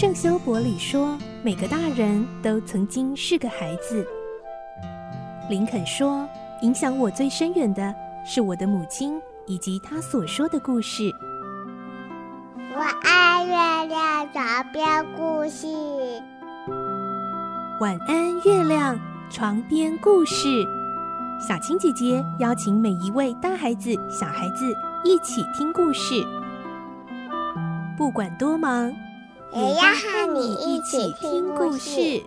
圣修伯里说，每个大人都曾经是个孩子。林肯说，影响我最深远的是我的母亲以及她所说的故事。 我爱月亮床边故事。 晚安，月亮床边故事。小青姐姐邀请每一位大孩子、小孩子一起听故事，不管多忙， 也要和你一起听故事。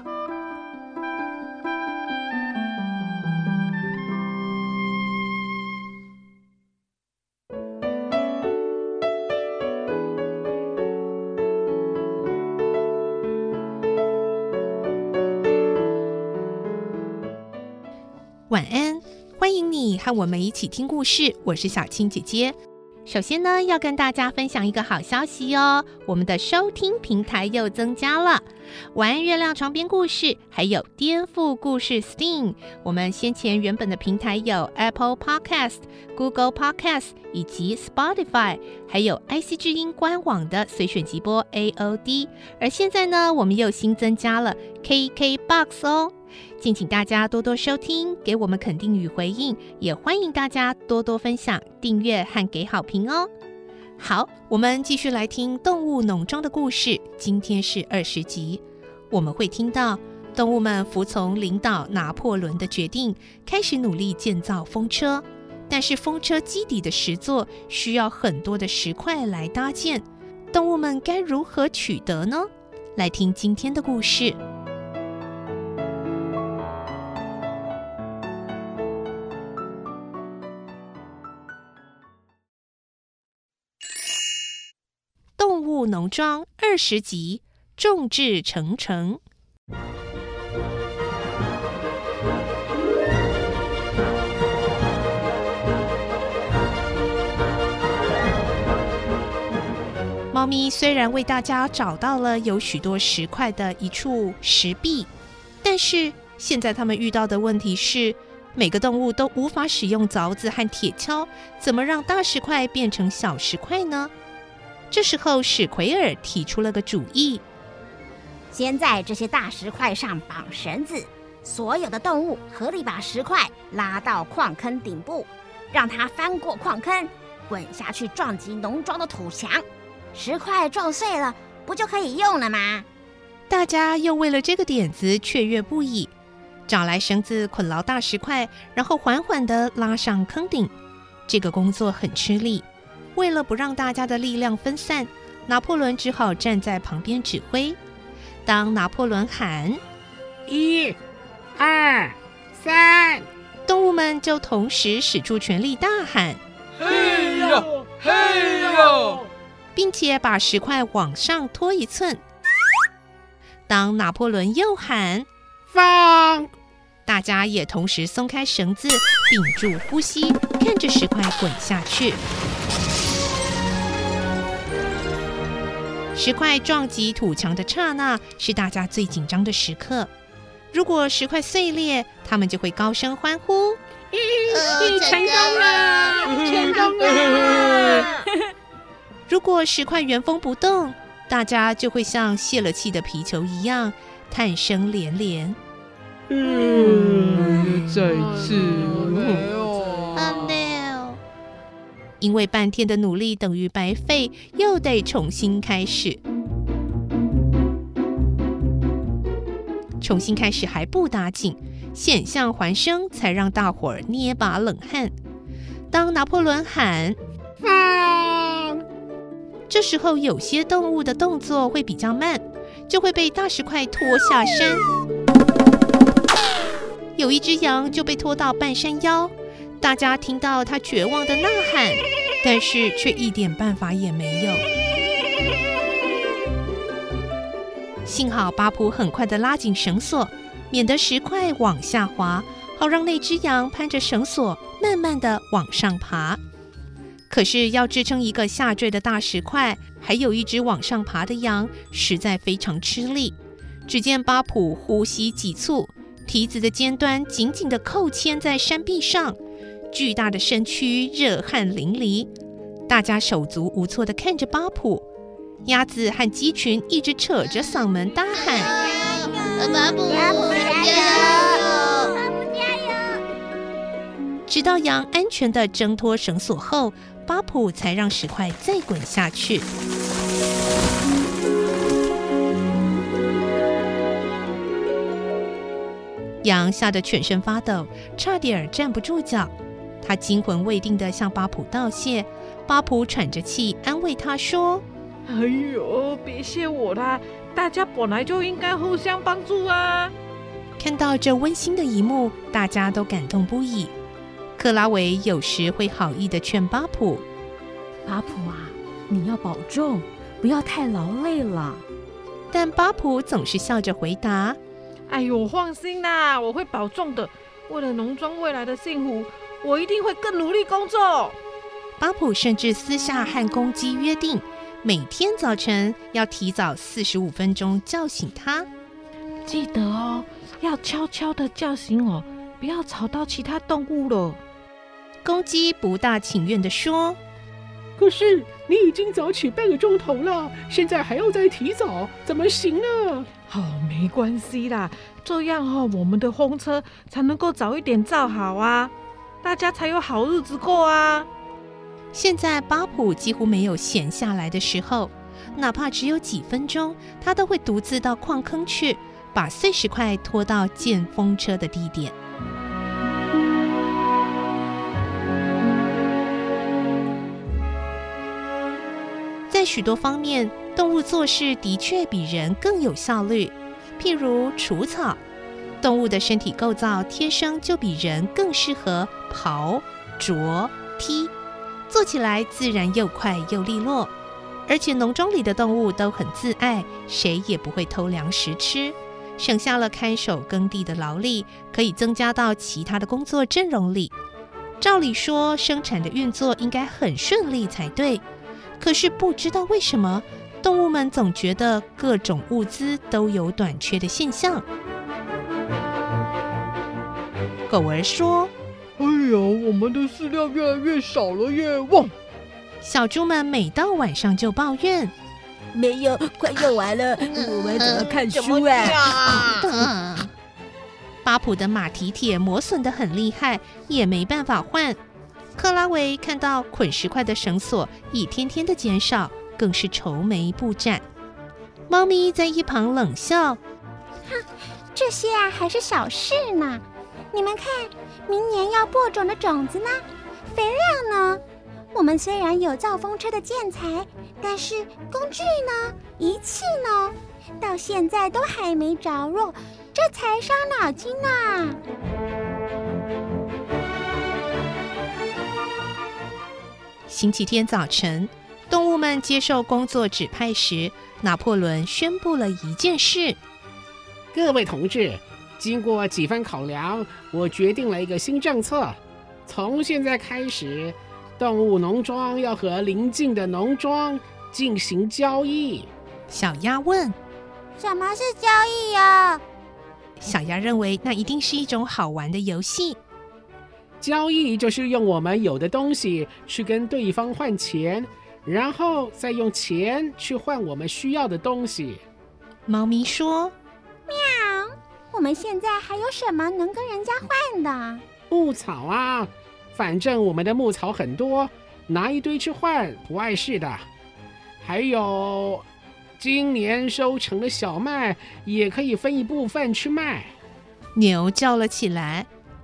晚安，欢迎你和我们一起听故事，我是小青姐姐。首先呢，要跟大家分享一个好消息哦，我们的收听平台又增加了。晚安月亮床边故事，还有颠覆故事 Steam。我们先前原本的平台有 Apple Podcast、Google Podcast 以及 Spotify， 还有 IC 之音官网的随选集播 AOD。而现在呢，我们又新增加了 KKBOX 哦。敬请大家多多收听，给我们肯定与回应，也欢迎大家多多分享、订阅和给好评哦。好，我们继续来听动物农庄的故事，今天是20集。我们会听到动物们服从领导拿破仑的决定，开始努力建造风车，但是风车基底的石座需要很多的石块来搭建，动物们该如何取得呢？来听今天的故事。动物农庄20集，众志成城。猫咪虽然为大家找到了有许多石块的一处石壁，但是现在他们遇到的问题是，每个动物都无法使用凿子和铁锹，怎么让大石块变成小石块呢？这时候史奎尔提出了个主意， 先在这些大石块上绑绳子，所有的动物合力把石块拉到矿坑顶部，让它翻过矿坑，滚下去撞击农庄的土墙。石块撞碎了，不就可以用了吗？ 大家又为了这个点子雀跃不已，找来绳子捆牢大石块，然后缓缓地拉上坑顶。这个工作很吃力，为了不让大家的力量分散，拿破仑只好站在旁边指挥。当拿破仑喊 1、2、3， 动物们就同时使出全力大喊嘿呀嘿呀， 并且把石块往上拖1寸。当拿破仑又喊放， 大家也同时松开绳子，屏住呼吸，看着石块滚下去。石块撞击土墙的刹那是大家最紧张的时刻。如果石块碎裂，他们就会高声欢呼： 成功了，成功了！ 如果石块原封不动，大家就会像泄了气的皮球一样，叹声连连。 再次， 好累哦！因为半天的努力等于白费，又得重新开始。重新开始还不打紧，险象环生，才让大伙儿捏把冷汗。当拿破仑喊放， 这时候有些动物的动作会比较慢，就会被大石块拖下山。有一只羊就被拖到半山腰，大家听到它绝望的呐喊，但是却一点办法也没有。幸好巴普很快地拉紧绳索，免得石块往下滑，好让那只羊攀着绳索慢慢地往上爬。可是要支撑一个下坠的大石块，还有一只往上爬的羊，实在非常吃力。只见巴普呼吸急促，蹄子的尖端紧紧地扣牵在山壁上，巨大的身躯热汗淋漓。大家手足无措地看着巴普， 鸭子和鸡群一直扯着嗓门大喊： 巴普加油！巴普加油！ 直到羊安全地挣脱绳索后，巴普才让石块再滚下去。羊吓得全身发抖，差点站不住脚。他惊魂未定地向巴普道谢，巴普喘着气安慰他说： 哎呦，别谢我啦，大家本来就应该互相帮助啊。 看到这温馨的一幕，大家都感动不已。克拉维有时会好意地劝巴普： 巴普啊，你要保重，不要太劳累了。 但巴普总是笑着回答： 哎呦，放心啦，我会保重的。为了农庄未来的幸福，我一定会更努力工作。 巴普甚至私下和公鸡约定，每天早晨要提早45分钟叫醒他。 记得哦，要悄悄地叫醒我，不要吵到其他动物了。 公鸡不大情愿地说： 可是你已经早起半个钟头了，现在还要再提早，怎么行呢？ 没关系啦，这样我们的风车才能够早一点造好啊，大家才有好日子过啊。 现在巴普几乎没有闲下来的时候，哪怕只有几分钟，他都会独自到矿坑去，把碎石块拖到建风车的地点。在许多方面，动物做事的确比人更有效率。譬如除草，动物的身体构造天生就比人更适合刨、啄、踢，做起来自然又快又利落。而且农庄里的动物都很自爱，谁也不会偷粮食吃，省下了看守耕地的劳力，可以增加到其他的工作阵容里。照理说，生产的运作应该很顺利才对。可是不知道为什么，动物们总觉得各种物资都有短缺的现象。狗儿说： 哎呦，我们的饲料越来越少了耶！汪！ 小猪们每到晚上就抱怨： 没有，快用完了，我们怎么看书啊？ 巴普的马蹄铁磨损得很厉害，也没办法换。克拉维看到捆石块的绳索一天天的减少，更是愁眉不展。猫咪在一旁冷笑： 这些还是小事呢。你们看，明年要播种的种子呢，肥料呢？我们虽然有造风车的建材，但是工具呢？仪器呢？到现在都还没着落，这才伤脑筋啊！ 星期天早晨，动物们接受工作指派时，拿破仑宣布了一件事： 各位同志，经过几番考量，我决定了一个新政策。从现在开始，动物农庄要和邻近的农庄进行交易。 小鸭问： 什么是交易呀？ 小鸭认为那一定是一种好玩的游戏。 交易就是用我们有的东西去跟对方换钱，然后再用钱去换我们需要的东西。 猫咪说： 喵，我们现在还有什么能跟人家换的？ 牧草啊，反正我们的牧草很多，拿一堆去换不碍事的。还有今年收成的小麦也可以分一部分去卖。 牛叫了起来：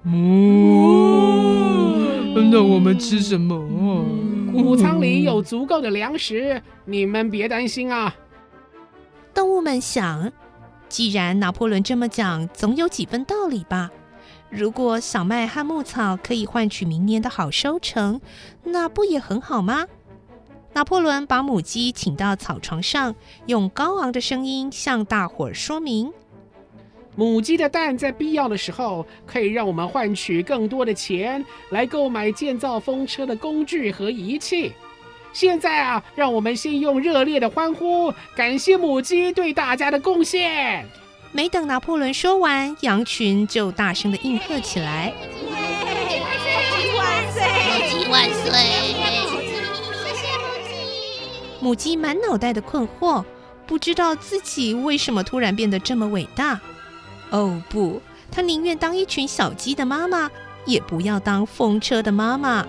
那我们吃什么？谷仓里有足够的粮食，你们别担心啊。 动物们想，既然拿破仑这么讲，总有几分道理吧。如果小麦和牧草可以换取明年的好收成，那不也很好吗？拿破仑把母鸡请到草床上，用高昂的声音向大伙儿说明： 母鸡的蛋在必要的时候可以让我们换取更多的钱来购买建造风车的工具和仪器。现在啊，让我们先用热烈的欢呼感谢母鸡对大家的贡献。 没等拿破仑说完，羊群就大声地应和起来： 母鸡万岁！母鸡万岁！谢谢母鸡！ 母鸡满脑袋的困惑，不知道自己为什么突然变得这么伟大。哦不，她宁愿当一群小鸡的妈妈，也不要当风车的妈妈。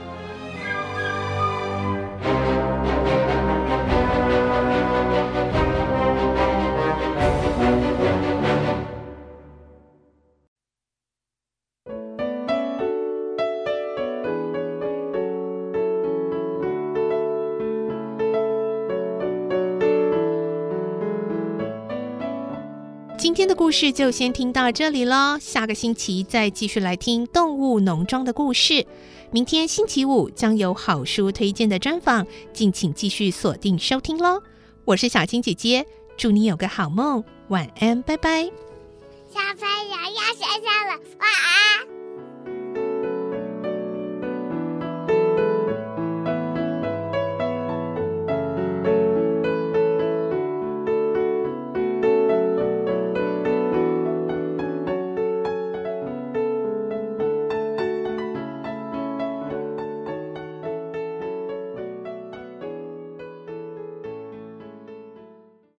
今天的故事就先听到这里咯，下个星期再继续来听动物农庄的故事。明天星期五将有好书推荐的专访，敬请继续锁定收听咯。我是小青姐姐，祝你有个好梦，晚安，拜拜。 小朋友要睡觉了，晚安。